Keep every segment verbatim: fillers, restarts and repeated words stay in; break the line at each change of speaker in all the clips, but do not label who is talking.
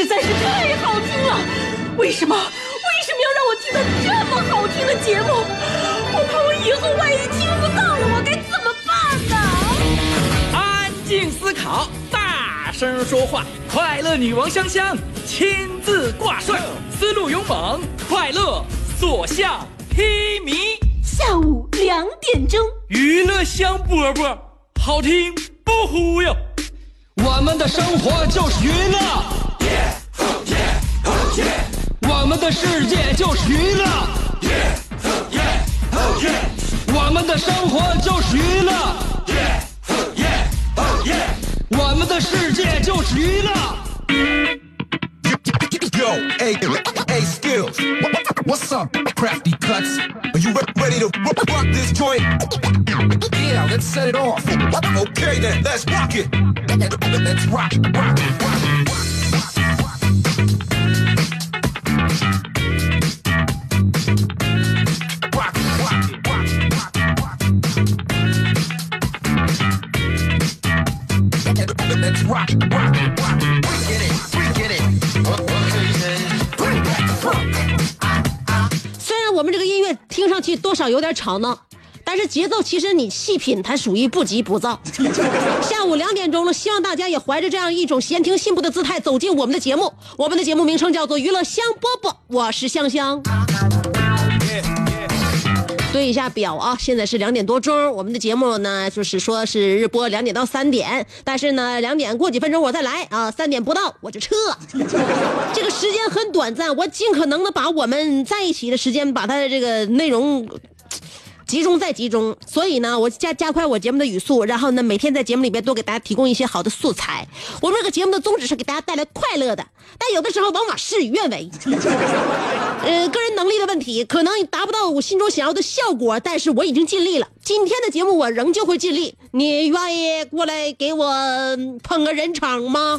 实在是太好听了。为什么为什么要让我听到这么好听的节目？我怕我以后万一听不到了，我该怎么办呢？
安静思考，大声说话，快乐女王香香亲自挂帅，思路勇猛，快乐所向披靡。
下午两点钟，
娱乐香饽饽，好听不忽悠。
我们的生活就是娱乐，
yeah, oh yeah, oh yeah.
我们的世界就是娱乐，
yeah, oh yeah, oh yeah.
我们的生活就是娱乐，
yeah, oh yeah, oh yeah.
我们的世界就是娱乐。
Yo, A, A skills. What's up, crafty cuts? Are you ready to rock this joint? Yeah, let's set it off. Okay then, let's rock it. Let's rock, rock, rock, rock, rock, rock. Let's rock, rock, rock. We get it, we get it.
虽然我们这个音乐听上去多少有点吵闹，但是节奏其实你细品它属于不急不躁。下午两点钟了，希望大家也怀着这样一种闲庭信步的姿态走进我们的节目。我们的节目名称叫做娱乐香饽饽，我是香香。对一下表啊，现在是两点多钟。我们的节目呢，就是说是日播两点到三点，但是呢，两点过几分钟我再来啊，三点不到我就撤。这个时间很短暂，我尽可能的把我们在一起的时间，把它的这个内容集中再集中，所以呢，我加加快我节目的语速，然后呢，每天在节目里边多给大家提供一些好的素材。我们这个节目的宗旨是给大家带来快乐的，但有的时候往往事与愿违。呃，个人能力的问题，可能达不到我心中想要的效果，但是我已经尽力了。今天的节目我仍旧会尽力，你愿意过来给我捧个人场吗？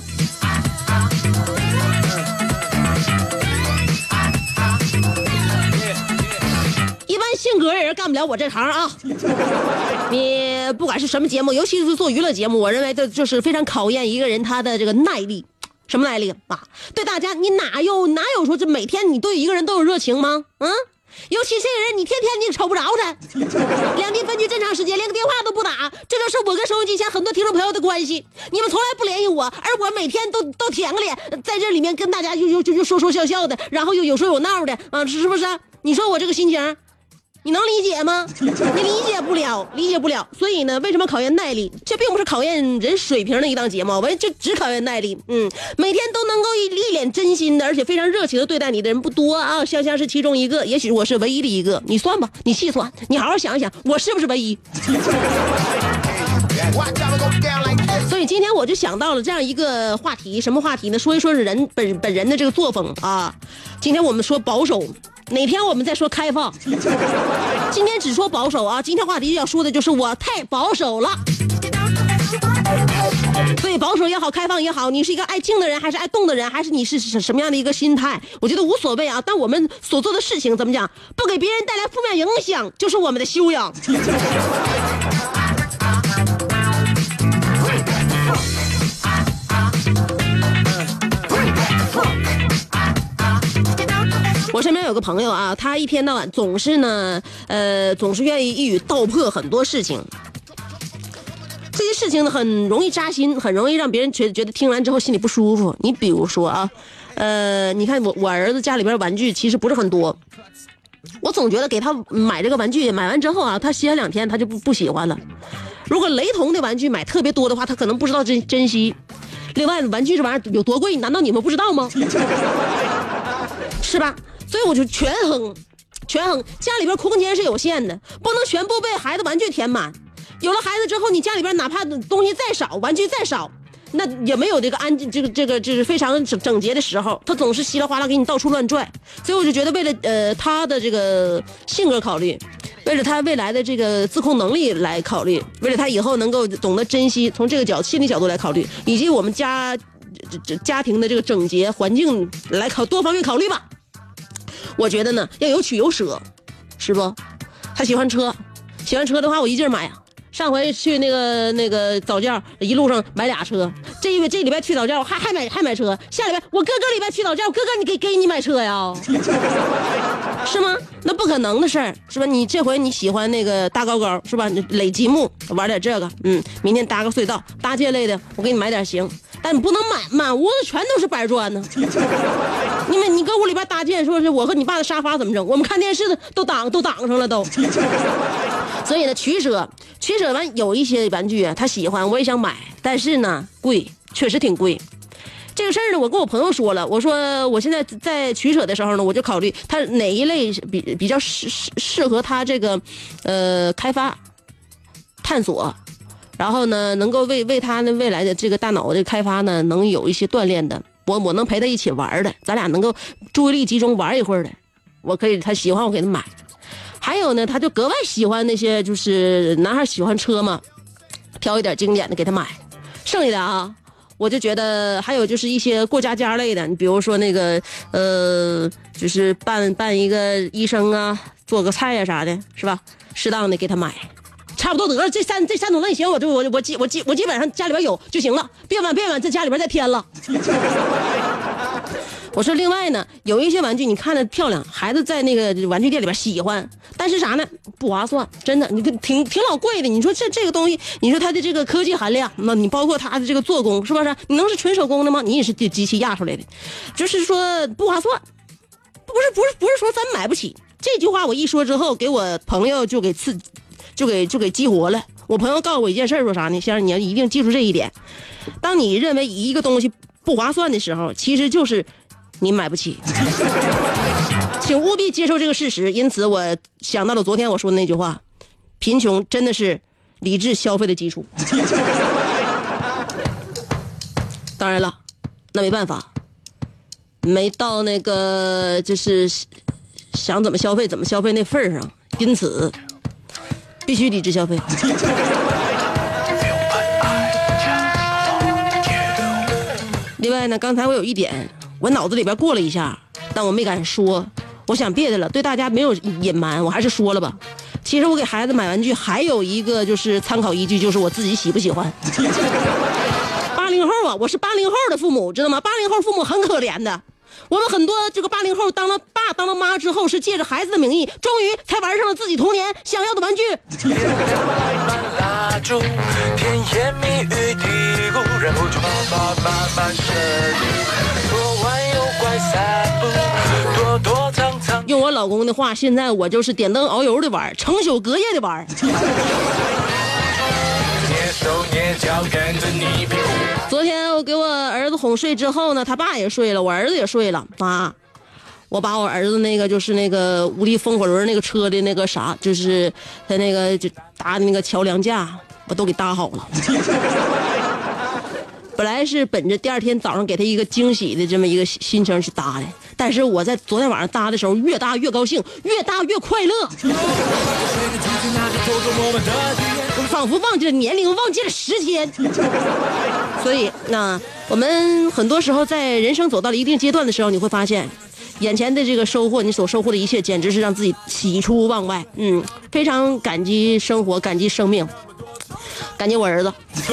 一般性格的人干不了我这行啊！你不管是什么节目，尤其是做娱乐节目，我认为这就是非常考验一个人他的这个耐力。什么耐力啊？对大家，你哪有哪有说这每天你对一个人都有热情吗？嗯，尤其这个人，你天天你瞅不着他，两地分居这长时间，连个电话都不打，这就是我跟收音机前很多听众朋友的关系。你们从来不联系我，而我每天都都舔个脸，在这里面跟大家又又又说说笑笑的，然后又有说有闹的啊，是不是？你说我这个心情，你能理解吗？你理解不了，理解不了。所以呢，为什么考验耐力？这并不是考验人水平的一档节目，我就只考验耐力。嗯，每天都能够一脸真心的，而且非常热情的对待你的人不多啊。香香是其中一个，也许我是唯一的一个。你算吧，你细算，你好好想一想，我是不是唯一？所以今天我就想到了这样一个话题，什么话题呢？说一说人本本人的这个作风啊。今天我们说保守。哪天我们再说开放，今天只说保守啊！今天话题要说的就是我太保守了。所以保守也好，开放也好，你是一个爱静的人，还是爱动的人，还是你是什么样的一个心态？我觉得无所谓啊。但我们所做的事情怎么讲，不给别人带来负面影响，就是我们的修养。我身边有个朋友啊，他一天到晚总是呢，呃，总是愿意一语道破很多事情。这些事情呢，很容易扎心，很容易让别人觉得觉得听完之后心里不舒服。你比如说啊，呃，你看我我儿子家里边玩具其实不是很多，我总觉得给他买这个玩具，买完之后啊，他歇两天他就不不喜欢了。如果雷同的玩具买特别多的话，他可能不知道珍珍惜。另外，玩具这玩意儿有多贵，难道你们不知道吗？是吧？所以我就权衡，权衡家里边空间是有限的，不能全部被孩子玩具填满。有了孩子之后，你家里边哪怕东西再少，玩具再少，那也没有这个安静，这个这个这是非常整整洁的时候，他总是稀里哗啦给你到处乱拽。所以我就觉得，为了呃他的这个性格考虑，为了他未来的这个自控能力来考虑，为了他以后能够懂得珍惜，从这个角心理角度来考虑，以及我们家这这家庭的这个整洁环境来考多方面考虑吧。我觉得呢，要有取有舍，是不？他喜欢车，喜欢车的话，我一劲儿买啊。上回去那个那个早教，一路上买俩车， 这一这礼拜去早教还还买还买车，下礼拜我哥哥礼拜去早教，哥哥你给给你买车呀？是吗？那不可能的事儿，是吧？你这回你喜欢那个搭高高，是吧？垒积木玩点这个，嗯，明天搭个隧道，搭这类的，我给你买点行。但你不能满满屋子全都是板砖呢。你们你搁屋里边搭建，说是我和你爸的沙发怎么整？我们看电视的都挡都挡上了都。所以呢，取舍取舍完，有一些玩具啊，他喜欢，我也想买，但是呢，贵，确实挺贵。这个事儿呢，我跟我朋友说了，我说我现在在取舍的时候呢，我就考虑他哪一类比比较适适适合他这个呃开发探索。然后呢，能够为为他的未来的这个大脑的开发呢，能有一些锻炼的，我我能陪他一起玩的，咱俩能够注意力集中玩一会儿的，我可以，他喜欢我给他买。还有呢，他就格外喜欢那些，就是男孩喜欢车嘛，挑一点经典的给他买。剩下的啊，我就觉得还有就是一些过家家类的，你比如说那个呃，就是办办一个医生啊，做个菜呀啥的，是吧？适当的给他买。差不多得了，这三这三种类型，我就我我基我基我基本上家里边有就行了，别晚别晚在家里边再添了。我说另外呢，有一些玩具你看着漂亮，孩子在那个玩具店里边喜欢，但是啥呢？不划算，真的，你挺挺老贵的。你说这这个东西，你说它的这个科技含量，那你包括它的这个做工，是不是？你能是纯手工的吗？你也是机器压出来的，就是说不划算。不是不是不是说咱买不起。这句话我一说之后，给我朋友就给刺。就给就给激活了。我朋友告诉我一件事，说啥呢？先生，你要一定记住这一点：当你认为一个东西不划算的时候，其实就是你买不起。请务必接受这个事实。因此，我想到了昨天我说的那句话：贫穷真的是理智消费的基础。当然了，那没办法，没到那个就是想怎么消费怎么消费那份上，因此。必须理智消费。另外呢，刚才我有一点，我脑子里边过了一下，但我没敢说。我想别的了，对大家没有隐瞒，我还是说了吧。其实我给孩子买玩具还有一个就是参考依据，就是我自己喜不喜欢。八零后啊，我是八零后的父母，知道吗？八零后父母很可怜的。我们很多这个八零后当了爸当了妈之后，是借着孩子的名义，终于才玩上了自己童年想要的玩具。用我老公的话，现在我就是点灯熬油的玩，成宿隔夜的玩。昨天我给我儿子哄睡之后呢，他爸也睡了，我儿子也睡了。妈，我把我儿子那个就是那个无敌风火轮那个车的那个啥，就是他那个就搭的那个桥梁架，我都给搭好了。本来是本着第二天早上给他一个惊喜的这么一个心情去搭的，但是我在昨天晚上搭的时候，越搭越高兴，越搭越快乐，仿佛忘记了年龄，忘记了时间。所以那我们很多时候在人生走到了一定阶段的时候，你会发现眼前的这个收获，你所收获的一切简直是让自己喜出望外。嗯，非常感激生活，感激生命，感激我儿子。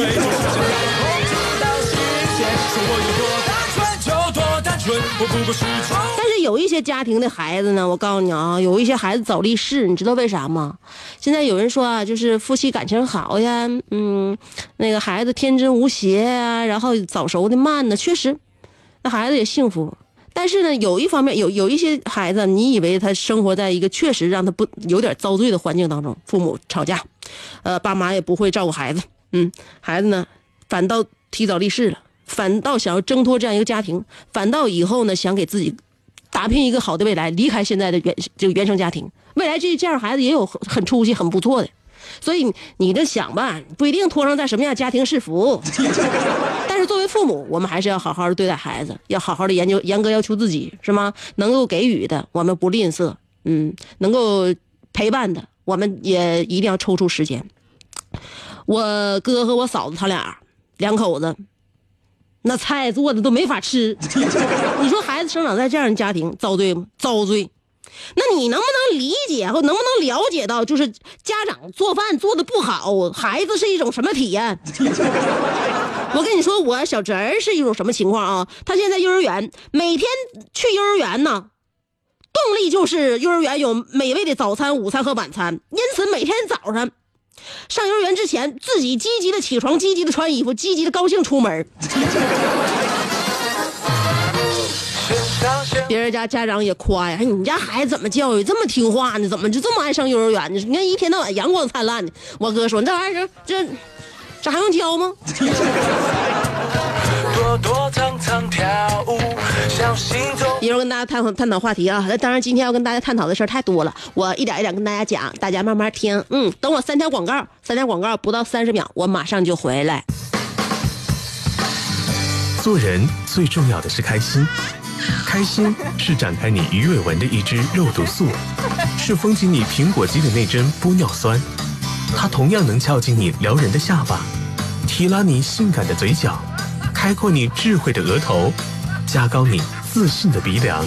但是有一些家庭的孩子呢，我告诉你啊，有一些孩子早立誓，你知道为啥吗？现在有人说啊，就是夫妻感情好呀，嗯，那个孩子天真无邪啊，然后早熟的慢呢，确实，那孩子也幸福。但是呢，有一方面有有一些孩子，你以为他生活在一个确实让他不有点遭罪的环境当中，父母吵架，呃，爸妈也不会照顾孩子，嗯，孩子呢反倒提早立誓了。反倒想要挣脱这样一个家庭，反倒以后呢想给自己打拼一个好的未来，离开现在的原这个原生家庭，未来这这样孩子也有很很出息很不错的。所以你这想吧，不一定拖上在什么样家庭是福，但是作为父母，我们还是要好好的对待孩子，要好好的研究严格要求自己，是吗？能够给予的我们不吝啬，嗯，能够陪伴的我们也一定要抽出时间。我哥和我嫂子他俩两口子那菜做的都没法吃，你说孩子生长在这样的家庭遭罪吗？遭罪。那你能不能理解或能不能了解到，就是家长做饭做的不好，孩子是一种什么体验？ 我跟你说，我小侄儿是一种什么情况啊？他现在幼儿园，每天去幼儿园呢，动力就是幼儿园有美味的早餐、午餐和晚餐，因此每天早上上幼儿园之前，自己积极的起床，积极的穿衣服，积极的高兴出门。别人家家长也夸呀，哎，你家孩子怎么教育这么听话呢？怎么就这么爱上幼儿园呢？你看一天到晚阳光灿烂的。我哥说，这玩意儿这这还用教吗？
躲躲藏藏跳舞，小心中。
一会儿跟大家探讨探讨话题啊，那当然今天要跟大家探讨的事儿太多了，我一点一点跟大家讲，大家慢慢听。嗯，等我三条广告，三条广告不到三十秒，我马上就回来。
做人最重要的是开心，开心是展开你鱼尾纹的一支肉毒素，是封紧你苹果肌的那针玻尿酸，它同样能翘进你撩人的下巴，提拉你性感的嘴角，开阔你智慧的额头，加高你自信的鼻梁。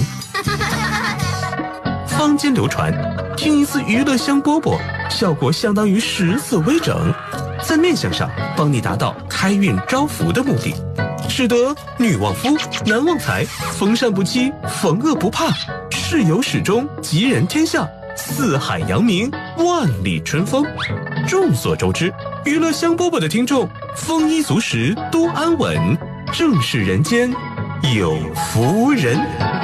坊间流传，听一次娱乐香饽饽，效果相当于十次微整，在面相上帮你达到开运招福的目的，使得女旺夫，男旺财，逢善不欺，逢恶不怕，事有始终，吉人天下，四海扬名，万里春风。众所周知，娱乐香饽饽的听众丰衣足食，多安稳，正是人间有福人。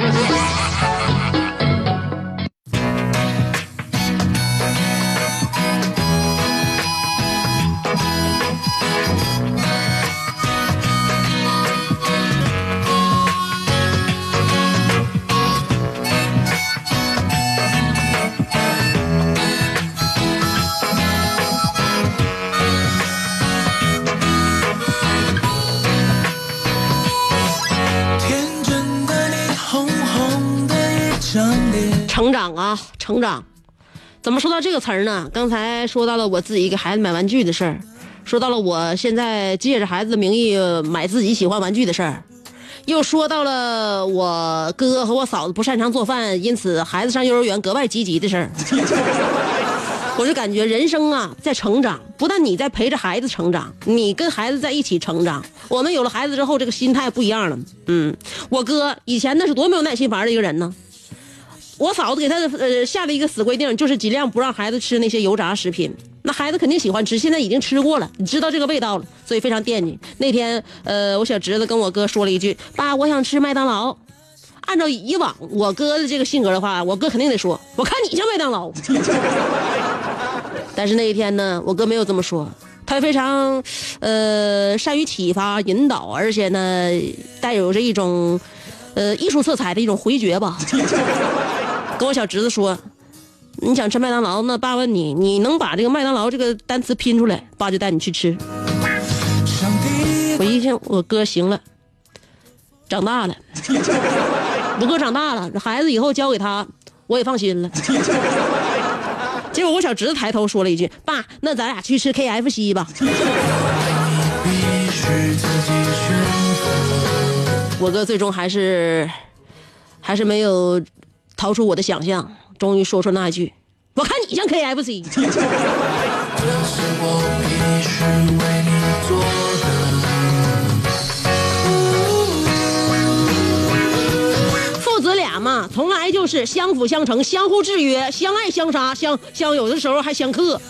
成长啊，成长，怎么说到这个词儿呢？刚才说到了我自己给孩子买玩具的事儿，说到了我现在借着孩子的名义买自己喜欢玩具的事儿，又说到了我哥和我嫂子不擅长做饭，因此孩子上幼儿园格外积极的事儿。我就感觉人生啊在成长，不但你在陪着孩子成长，你跟孩子在一起成长。我们有了孩子之后，这个心态不一样了。嗯，我哥以前那是多没有耐心烦的一个人呢。我嫂子给他呃下了一个死规定，就是尽量不让孩子吃那些油炸食品。那孩子肯定喜欢吃，现在已经吃过了，你知道这个味道了，所以非常惦记。那天呃，我小侄子跟我哥说了一句：“爸，我想吃麦当劳。”按照以往我哥的这个性格的话，我哥肯定得说：“我看你像麦当劳。”但是那一天呢，我哥没有这么说，他非常呃善于启发引导，而且呢带有着一种呃艺术色彩的一种回绝吧。跟我小侄子说：“你想吃麦当劳？那爸问你，你能把这个麦当劳这个单词拼出来，爸就带你去吃。”我一听，我哥行了，长大了，我哥长大了，孩子以后交给他，我也放心了。结果我小侄子抬头说了一句：“爸，那咱俩去吃 K F C 吧。”我哥最终还是还是没有逃出我的想象，终于说出那一句：“我看你像 K F C。”父子俩嘛，从来就是相辅相成，相互制约，相爱相杀，相相有的时候还相克。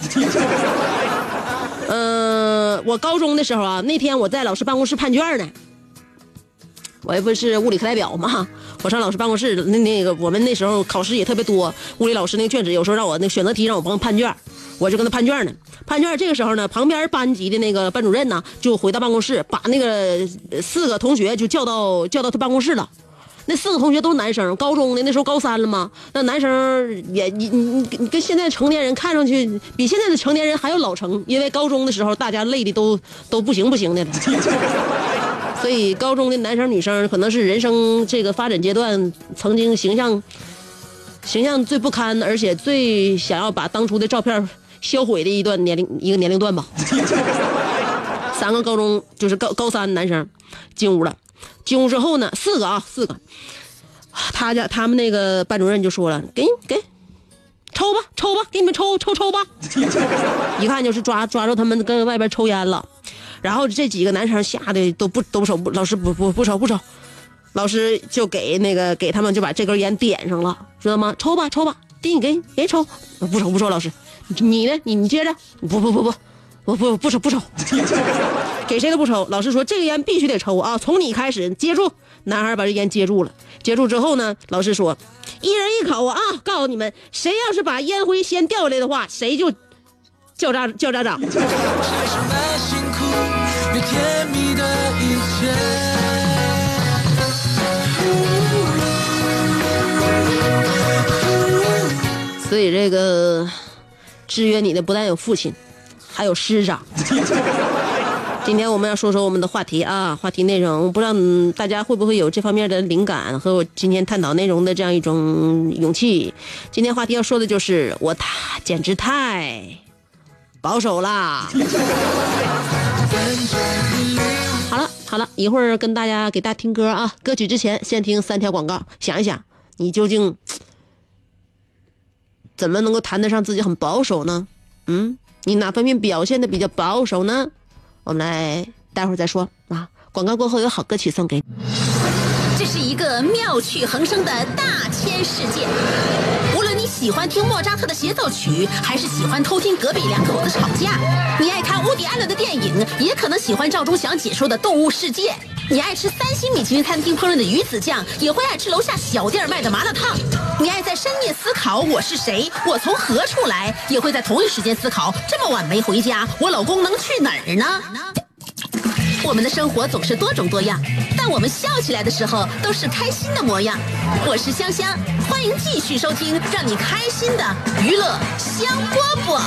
嗯、呃，我高中的时候啊，那天我在老师办公室判卷呢。我也不是物理课代表嘛，我上老师办公室，那那个我们那时候考试也特别多，物理老师那个卷子有时候让我那选择题让我帮判卷，我就跟他判卷呢。判卷这个时候呢，旁边班级的那个班主任呢就回到办公室，把那个四个同学就叫到叫到他办公室了。那四个同学都是男生，高中的那时候高三了嘛，那男生也你你你跟现在成年人看上去比现在的成年人还要老成，因为高中的时候大家累的都都不行不行的了。所以高中的男生女生可能是人生这个发展阶段曾经形象形象最不堪，而且最想要把当初的照片销毁的一段年龄一个年龄段吧。三个高中就是高高三男生进屋了，进屋之后呢，四个啊四个，他家他们那个班主任就说了：“给给抽吧抽吧，给你们抽抽抽吧。”一看就是抓抓住他们跟外边抽烟了。 然后这几个男生吓得都不都不抽，老师不不不抽不抽，老师就给那个给他们就把这根烟点上了，知道吗？抽吧抽吧，给你给你给你抽，不抽不抽，老师，你呢？你你接着，不不不不，我不不抽不抽，给谁都不抽。老师说这个烟必须得抽啊，从你开始接住。男孩把这烟接住了，接住之后呢，老师说一人一口啊，告诉你们，谁要是把烟灰先掉下来的话，谁就叫家叫家长。所以这个制约你的不但有父亲，还有师长。今天我们要说说我们的话题啊，话题内容不知道、嗯、大家会不会有这方面的灵感和我今天探讨内容的这样一种勇气。今天话题要说的就是我他简直太保守啦。好了好了，一会儿跟大家给大家听歌啊，歌曲之前先听三条广告，想一想你究竟怎么能够谈得上自己很保守呢？嗯，你哪方面表现的比较保守呢？我们来待会儿再说啊！广告过后有好歌曲送给你。
这是一个妙趣横生的大千世界，无论你喜欢听莫扎特的协奏曲，还是喜欢偷听隔壁两口子吵架，你爱看乌迪·艾伦的电影，也可能喜欢赵忠祥解说的《动物世界》，你爱吃三星米其林餐厅烹饪的鱼子酱，也会爱吃楼下小店卖的麻辣烫。你爱在深夜思考我是谁，我从何处来，也会在同一时间思考这么晚没回家，我老公能去哪儿呢？我们的生活总是多种多样，但我们笑起来的时候都是开心的模样。我是香香，欢迎继续收听让你开心的娱乐香饽饽。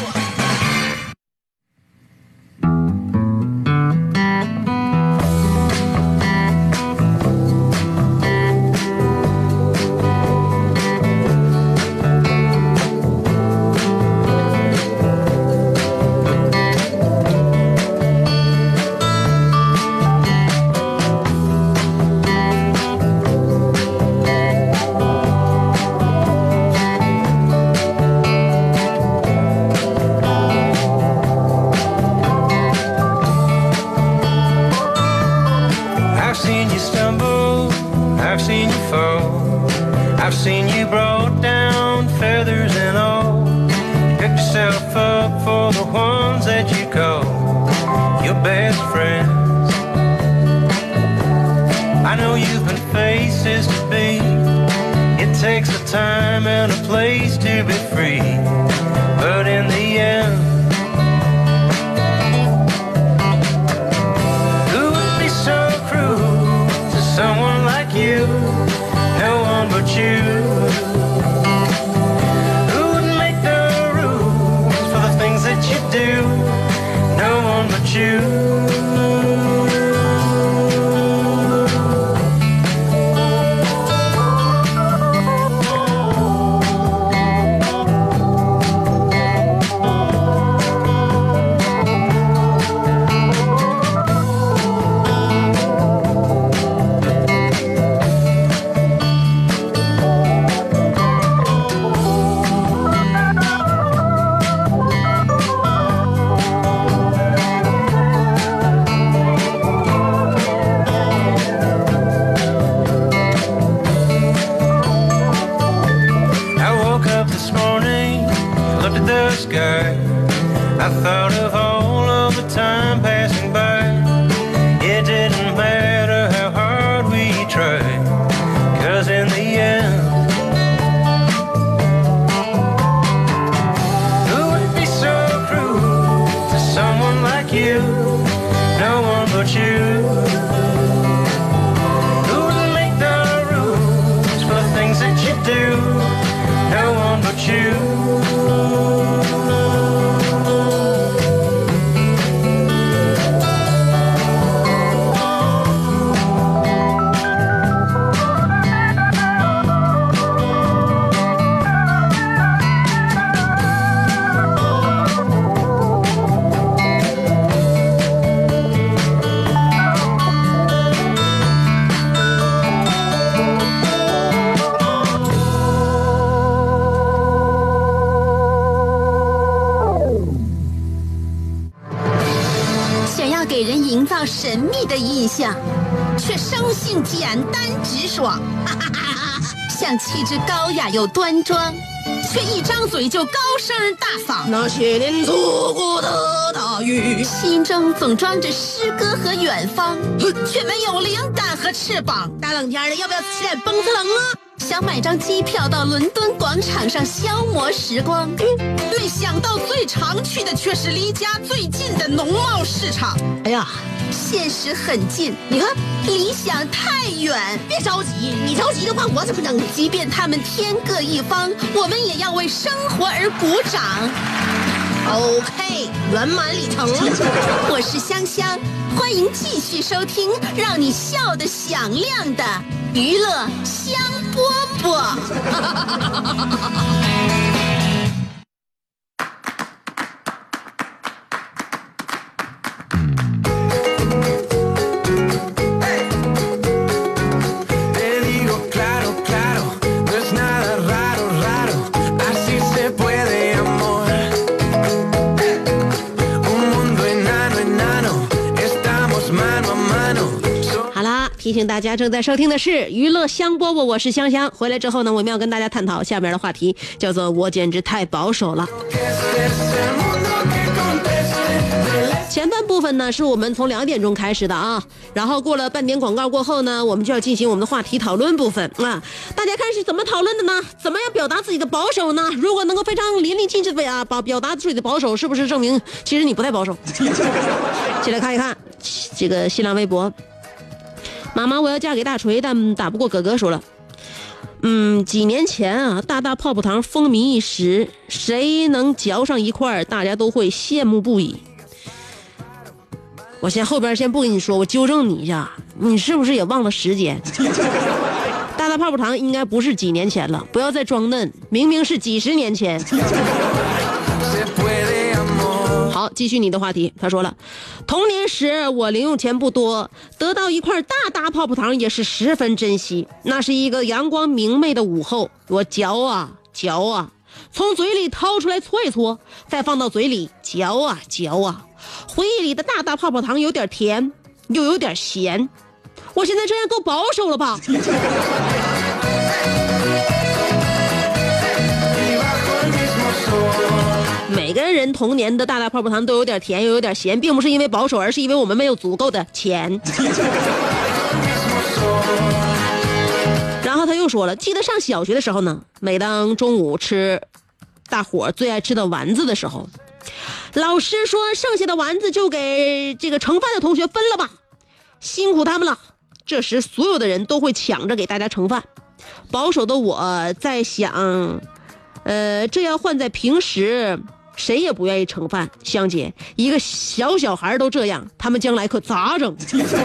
想要给人营造神秘的印象，却生性简单直爽，哈哈哈哈，像气质高雅又端庄，却一张嘴就高声大嗓。
那些年错过的大雨，
心中总装着诗歌和远方，却没有灵感和翅膀。
大冷天的，要不要吃点蹦子冷啊？
想买张机票到伦敦广场上消磨时光，没想到最常去的却是离家最近的农贸市场。
哎呀，
现实很近，你看理想太远。
别着急，你着急的话我怎么能？
即便他们天各一方，我们也要为生活而鼓掌。
OK， 圆满礼成了。
我是香香，欢迎继续收听让你笑得响亮的娱乐香饽饽。
提醒大家，正在收听的是娱乐香饽饽，我是香香。回来之后呢，我们要跟大家探讨下面的话题，叫做我简直太保守了。前半部分呢是我们从两点钟开始的啊，然后过了半点广告过后呢，我们就要进行我们的话题讨论部分啊。大家看是怎么讨论的呢？怎么样表达自己的保守呢？如果能够非常淋漓尽致的啊表表达自己的保守，是不是证明其实你不太保守？先来看一看这个新浪微博。妈妈，我要嫁给大锤，但打不过哥哥。说了，嗯，几年前啊，大大泡泡糖风靡一时，谁能嚼上一块，大家都会羡慕不已。我先后边先不跟你说，我纠正你一下，你是不是也忘了时间？大大泡泡糖应该不是几年前了，不要再装嫩，明明是几十年前。好，继续你的话题。他说了，童年时我零用钱不多，得到一块大大泡泡糖也是十分珍惜。那是一个阳光明媚的午后，我嚼啊嚼啊，从嘴里掏出来搓一搓，再放到嘴里嚼啊嚼啊。回忆里的大大泡泡糖有点甜，又有点咸。我现在这样够保守了吧？每个人童年的大大泡泡糖都有点甜又有点咸，并不是因为保守，而是因为我们没有足够的钱。然后他又说了，记得上小学的时候呢，每当中午吃大伙最爱吃的丸子的时候，老师说剩下的丸子就给这个盛饭的同学分了吧，辛苦他们了。这时所有的人都会抢着给大家盛饭。保守的我在想，呃，这要换在平时，谁也不愿意盛饭。香姐，一个小小孩都这样，他们将来可咋整？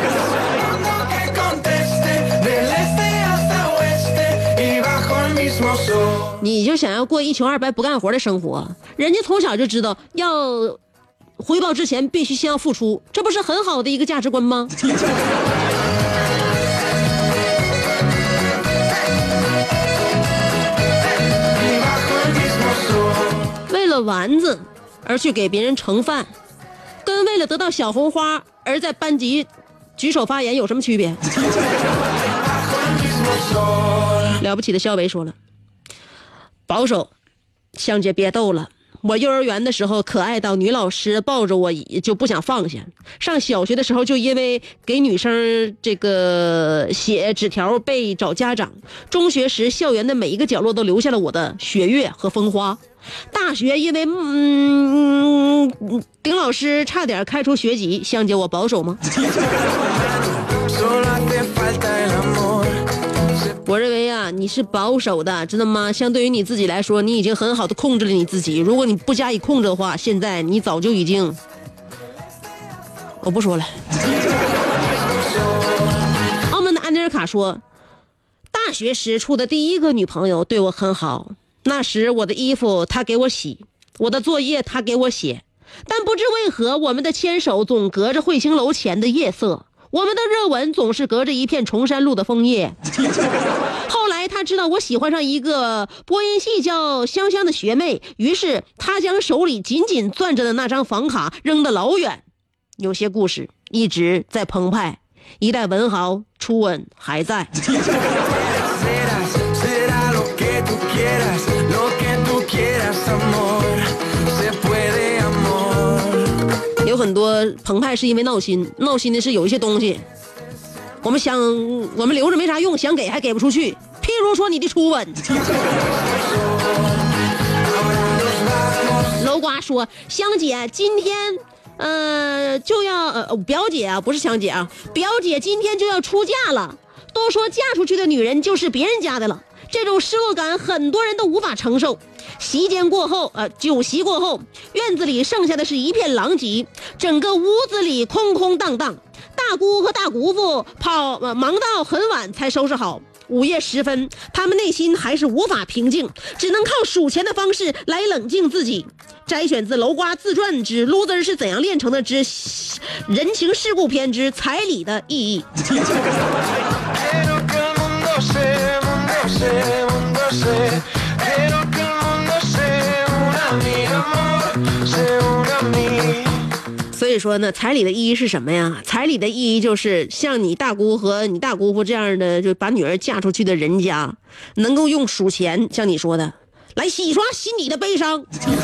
你就想要过一穷二白不干活的生活，人家从小就知道要回报之前必须先要付出，这不是很好的一个价值观吗？为了丸子而去给别人盛饭，跟为了得到小红花而在班级举手发言有什么区别？了不起的肖维说了，保守，香姐别逗了。我幼儿园的时候可爱到女老师抱着我就不想放下，上小学的时候就因为给女生这个写纸条被找家长，中学时校园的每一个角落都留下了我的雪月和风花，大学因为嗯丁老师差点开除学籍，香姐我保守吗？我认为啊，你是保守的，知道吗？相对于你自己来说，你已经很好的控制了你自己。如果你不加以控制的话，现在你早就已经……我不说了。澳门的安尼尔卡说，大学时处的第一个女朋友对我很好，那时我的衣服她给我洗，我的作业她给我写，但不知为何我们的牵手总隔着汇星楼前的夜色，我们的热吻总是隔着一片崇山路的枫叶。后来他知道我喜欢上一个播音系叫香香的学妹，于是他将手里紧紧攥着的那张房卡扔得老远， 有些故事一直在澎湃，一代文豪初吻还在。有很多澎湃是因为闹心，闹心的是有一些东西我们想我们留着没啥用，想给还给不出去，譬如说你的初吻。楼瓜说，香姐今天呃就要呃表姐啊，不是香姐啊，表姐今天就要出嫁了，都说嫁出去的女人就是别人家的了，这种失落感很多人都无法承受。席间过后呃酒席过后，院子里剩下的是一片狼藉，整个屋子里空空荡荡，大姑和大姑父跑、呃、忙到很晚才收拾好。午夜时分，他们内心还是无法平静，只能靠数钱的方式来冷静自己。摘选自楼瓜自传之 Loser 是怎样炼成的之人情世故篇之彩礼的意义。所以说呢，彩礼的意义是什么呀？彩礼的意义就是像你大姑和你大姑父这样的，就把女儿嫁出去的人家，能够用数钱，像你说的，来洗刷心里的悲伤。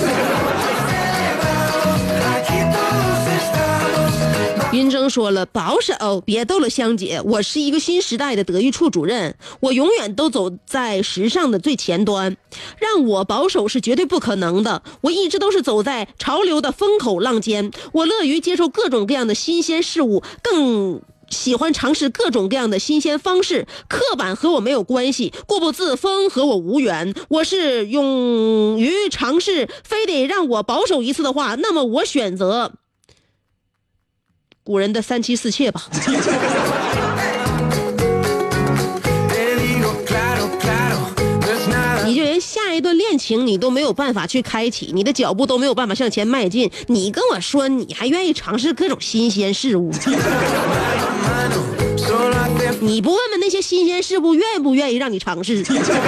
云峥说了，保守，别逗了香姐，我是一个新时代的德育处主任，我永远都走在时尚的最前端，让我保守是绝对不可能的，我一直都是走在潮流的风口浪尖，我乐于接受各种各样的新鲜事物，更喜欢尝试各种各样的新鲜方式，刻板和我没有关系，固步自封和我无缘，我是勇于尝试，非得让我保守一次的话，那么我选择古人的三妻四妾吧。你就连下一段恋情你都没有办法去开启，你的脚步都没有办法向前迈进，你跟我说你还愿意尝试各种新鲜事物？你不问问那些新鲜事物愿不愿意让你尝试？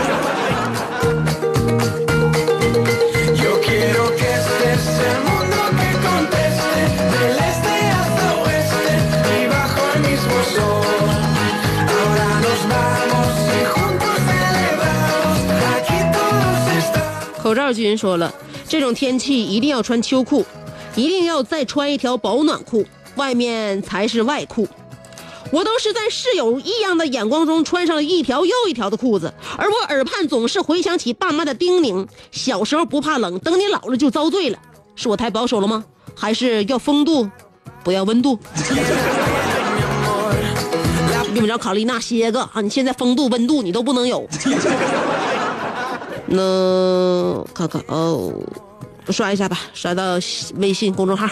口罩君说了，这种天气一定要穿秋裤，一定要再穿一条保暖裤，外面才是外裤。我都是在室友异样的眼光中穿上了一条又一条的裤子，而我耳畔总是回想起爸妈的叮咛，小时候不怕冷，等你老了就遭罪了。是我太保守了吗？还是要风度不要温度？用不着考虑那些个啊！你现在风度温度你都不能有。那看看哦，刷一下吧，刷到微信公众号。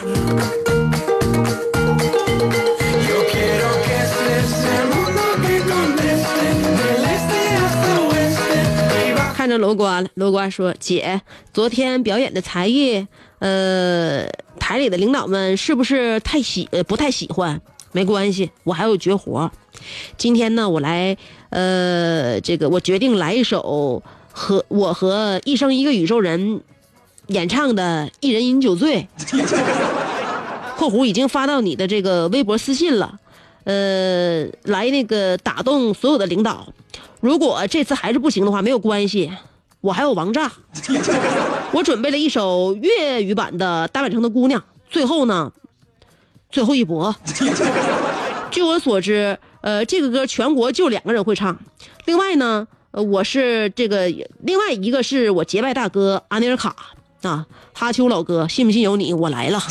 看着楼瓜了，楼瓜说：“姐，昨天表演的才艺，呃，台里的领导们是不是太喜呃不太喜欢？没关系，我还有绝活。今天呢，我来，呃，这个我决定来一首。”和我和一生一个宇宙人演唱的一人饮酒醉括弧已经发到你的这个微博私信了，呃，来那个打动所有的领导，如果这次还是不行的话没有关系，我还有王炸。我准备了一首粤语版的大阪城的姑娘，最后呢最后一搏。据我所知呃，这个歌全国就两个人会唱，另外呢呃，我是这个，另外一个是我结拜大哥阿尼尔卡啊，哈秋老哥，信不信由你，我来了。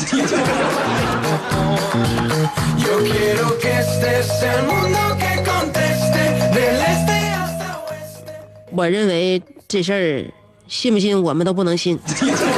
我认为这事儿，信不信我们都不能信。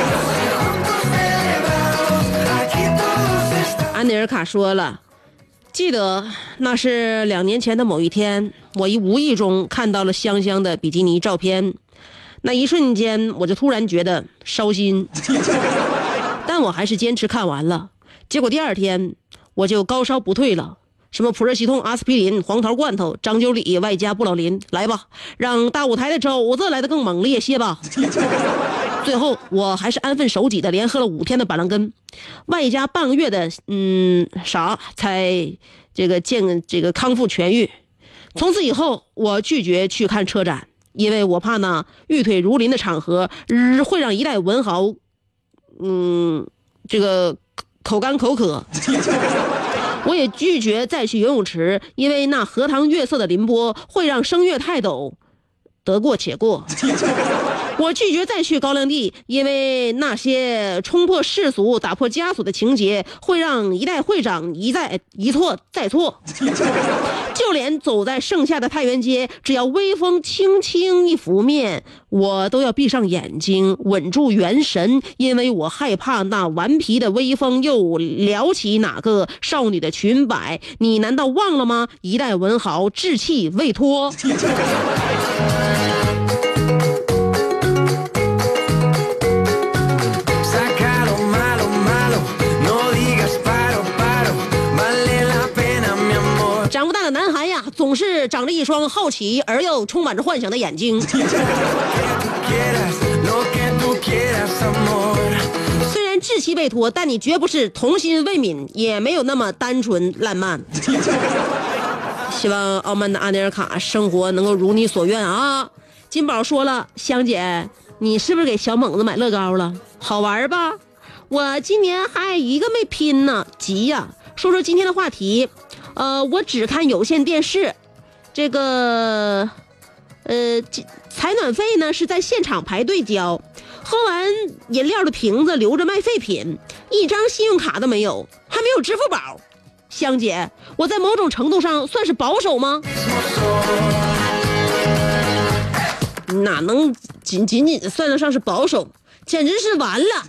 安尼尔卡说了。记得那是两年前的某一天，我一无意中看到了香香的比基尼照片，那一瞬间我就突然觉得烧心，但我还是坚持看完了。结果第二天我就高烧不退了，什么普热西痛、阿司匹林、黄桃罐头、张九里外加布老林，来吧，让大舞台的肘子来得更猛烈些吧。 最后我还是安分守己的连喝了五天的板蓝根，外加半个月的嗯啥才这个健这个康复痊愈。从此以后我拒绝去看车展，因为我怕呢玉腿如林的场合、呃、会让一代文豪嗯这个口干口渴。我也拒绝再去游泳池，因为那荷塘月色的凌波会让声乐泰斗得过且过。我拒绝再去高粱地，因为那些冲破世俗打破枷锁的情节会让一代会长一再一错再错。就连走在盛夏的太原街，只要微风轻轻一拂面，我都要闭上眼睛稳住元神，因为我害怕那顽皮的微风又撩起哪个少女的裙摆。你难道忘了吗？一代文豪志气未脱。长不大的男孩呀，总是长着一双好奇而又充满着幻想的眼睛。虽然志气未脱，但你绝不是童心未泯，也没有那么单纯烂漫。希望傲慢的阿尼尔卡生活能够如你所愿啊！金宝说了，香姐，你是不是给小猛子买乐高了？好玩吧？我今年还一个没拼呢，急呀！说说今天的话题。呃，我只看有线电视，这个，呃，采暖费呢是在现场排队交，喝完饮料的瓶子留着卖废品，一张信用卡都没有，还没有支付宝。香姐，我在某种程度上算是保守吗？哪能仅仅仅算得上是保守，简直是完了。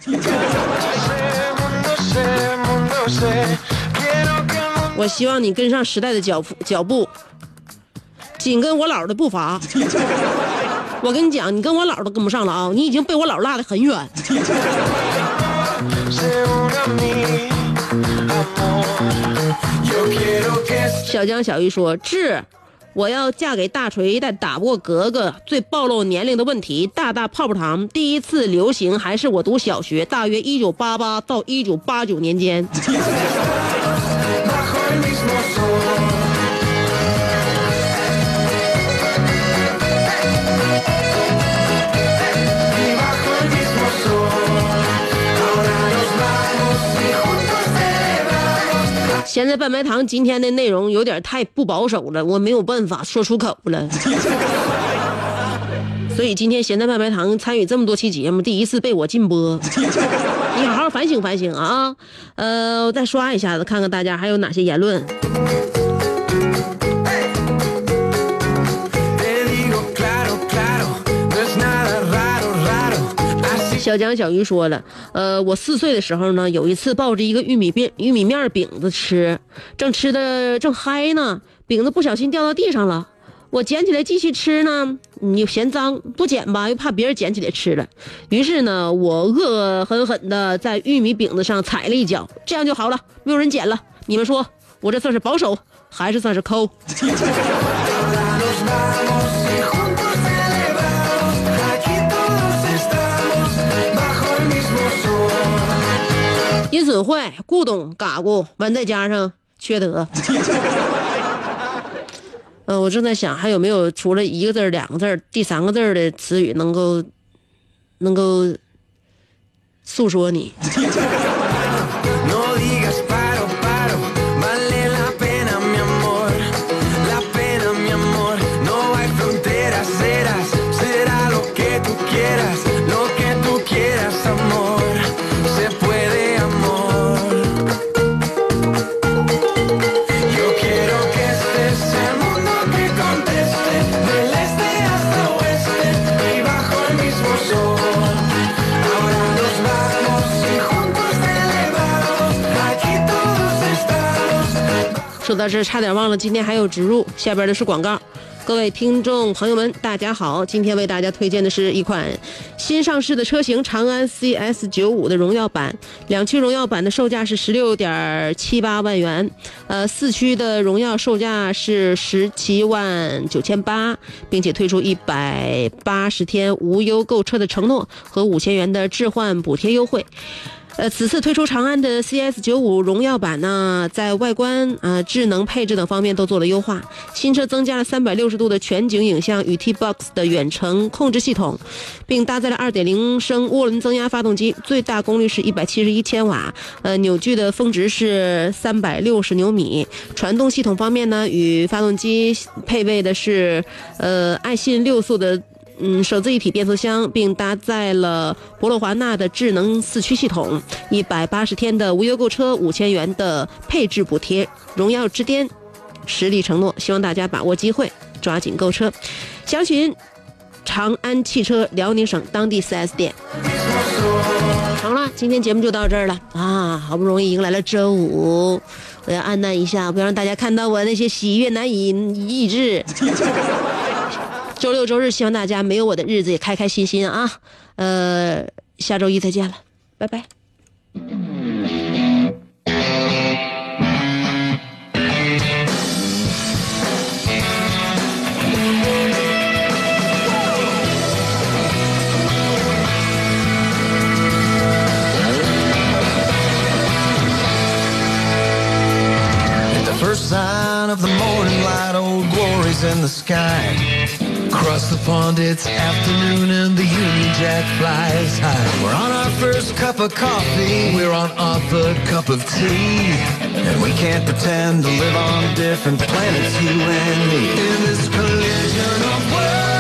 我希望你跟上时代的脚步脚步，紧跟我姥的步伐。我跟你讲，你跟我姥都跟不上了啊！你已经被我姥拉得很远。小江小鱼说：“志，我要嫁给大锤，但打不过格格。最暴露年龄的问题，大大泡泡糖第一次流行还是我读小学，大约一九八八到一九八九年间。”现在半白糖今天的内容有点太不保守了，我没有办法说出口了。所以今天咸蛋半白糖参与这么多期节目，第一次被我禁播。你好好反省反省啊！呃，我再刷一下子，看看大家还有哪些言论。小江小鱼说了，呃，我四岁的时候呢，有一次抱着一个玉米饼、玉米面饼子吃，正吃的正嗨呢，饼子不小心掉到地上了。我捡起来继续吃呢，你嫌脏不捡吧，又怕别人捡起来吃了。于是呢，我恶狠狠的在玉米饼子上踩了一脚，这样就好了，没有人捡了。你们说我这算是保守还是算是抠？因损坏、咕咚、嘎咕，完再加上缺德。呃，我正在想还有没有除了一个字、两个字、第三个字的词语能够能够诉说你。说到这差点忘了今天还有植入，下边的是广告。 各位听众朋友们，大家好！今天为大家推荐的是一款新上市的车型长安 C S 九五 的荣耀版。两驱荣耀版的售价是十六点七八万元，呃，四驱的荣耀售价是十七万九千八，并且推出一百八十天无忧购车的承诺和五千元的置换补贴优惠。呃，此次推出长安的 C S 九五 荣耀版呢，在外观、呃智能配置等方面都做了优化。新车增加了三百六十度的全景影像与 T-Box 的远程控制系统，并搭载了 二点零 升涡轮增压发动机，最大功率是一百七十一千瓦，呃，扭矩的峰值是三百六十牛米。传动系统方面呢，与发动机配备的是呃爱信六速的。嗯，手自一体变速箱，并搭载了博洛华纳的智能四驱系统，一百八十天的无忧购车，五千元的配置补贴，荣耀之巅，实力承诺，希望大家把握机会，抓紧购车。详询长安汽车辽宁省当地 四 S 店。好了，今天节目就到这儿了啊！好不容易迎来了周五，我要按捺一下，不要让大家看到我那些喜悦难以抑制。周六周日希望大家没有我的日子也开开心心啊，呃下周一再见了，拜拜。
First sign of the morning light, old glory's in the sky. Across the pond it's afternoon and the Union Jack flies high. We're on our first cup of coffee, we're on our third cup of tea, and we can't pretend to live on different planets, you and me. In this collision of worlds,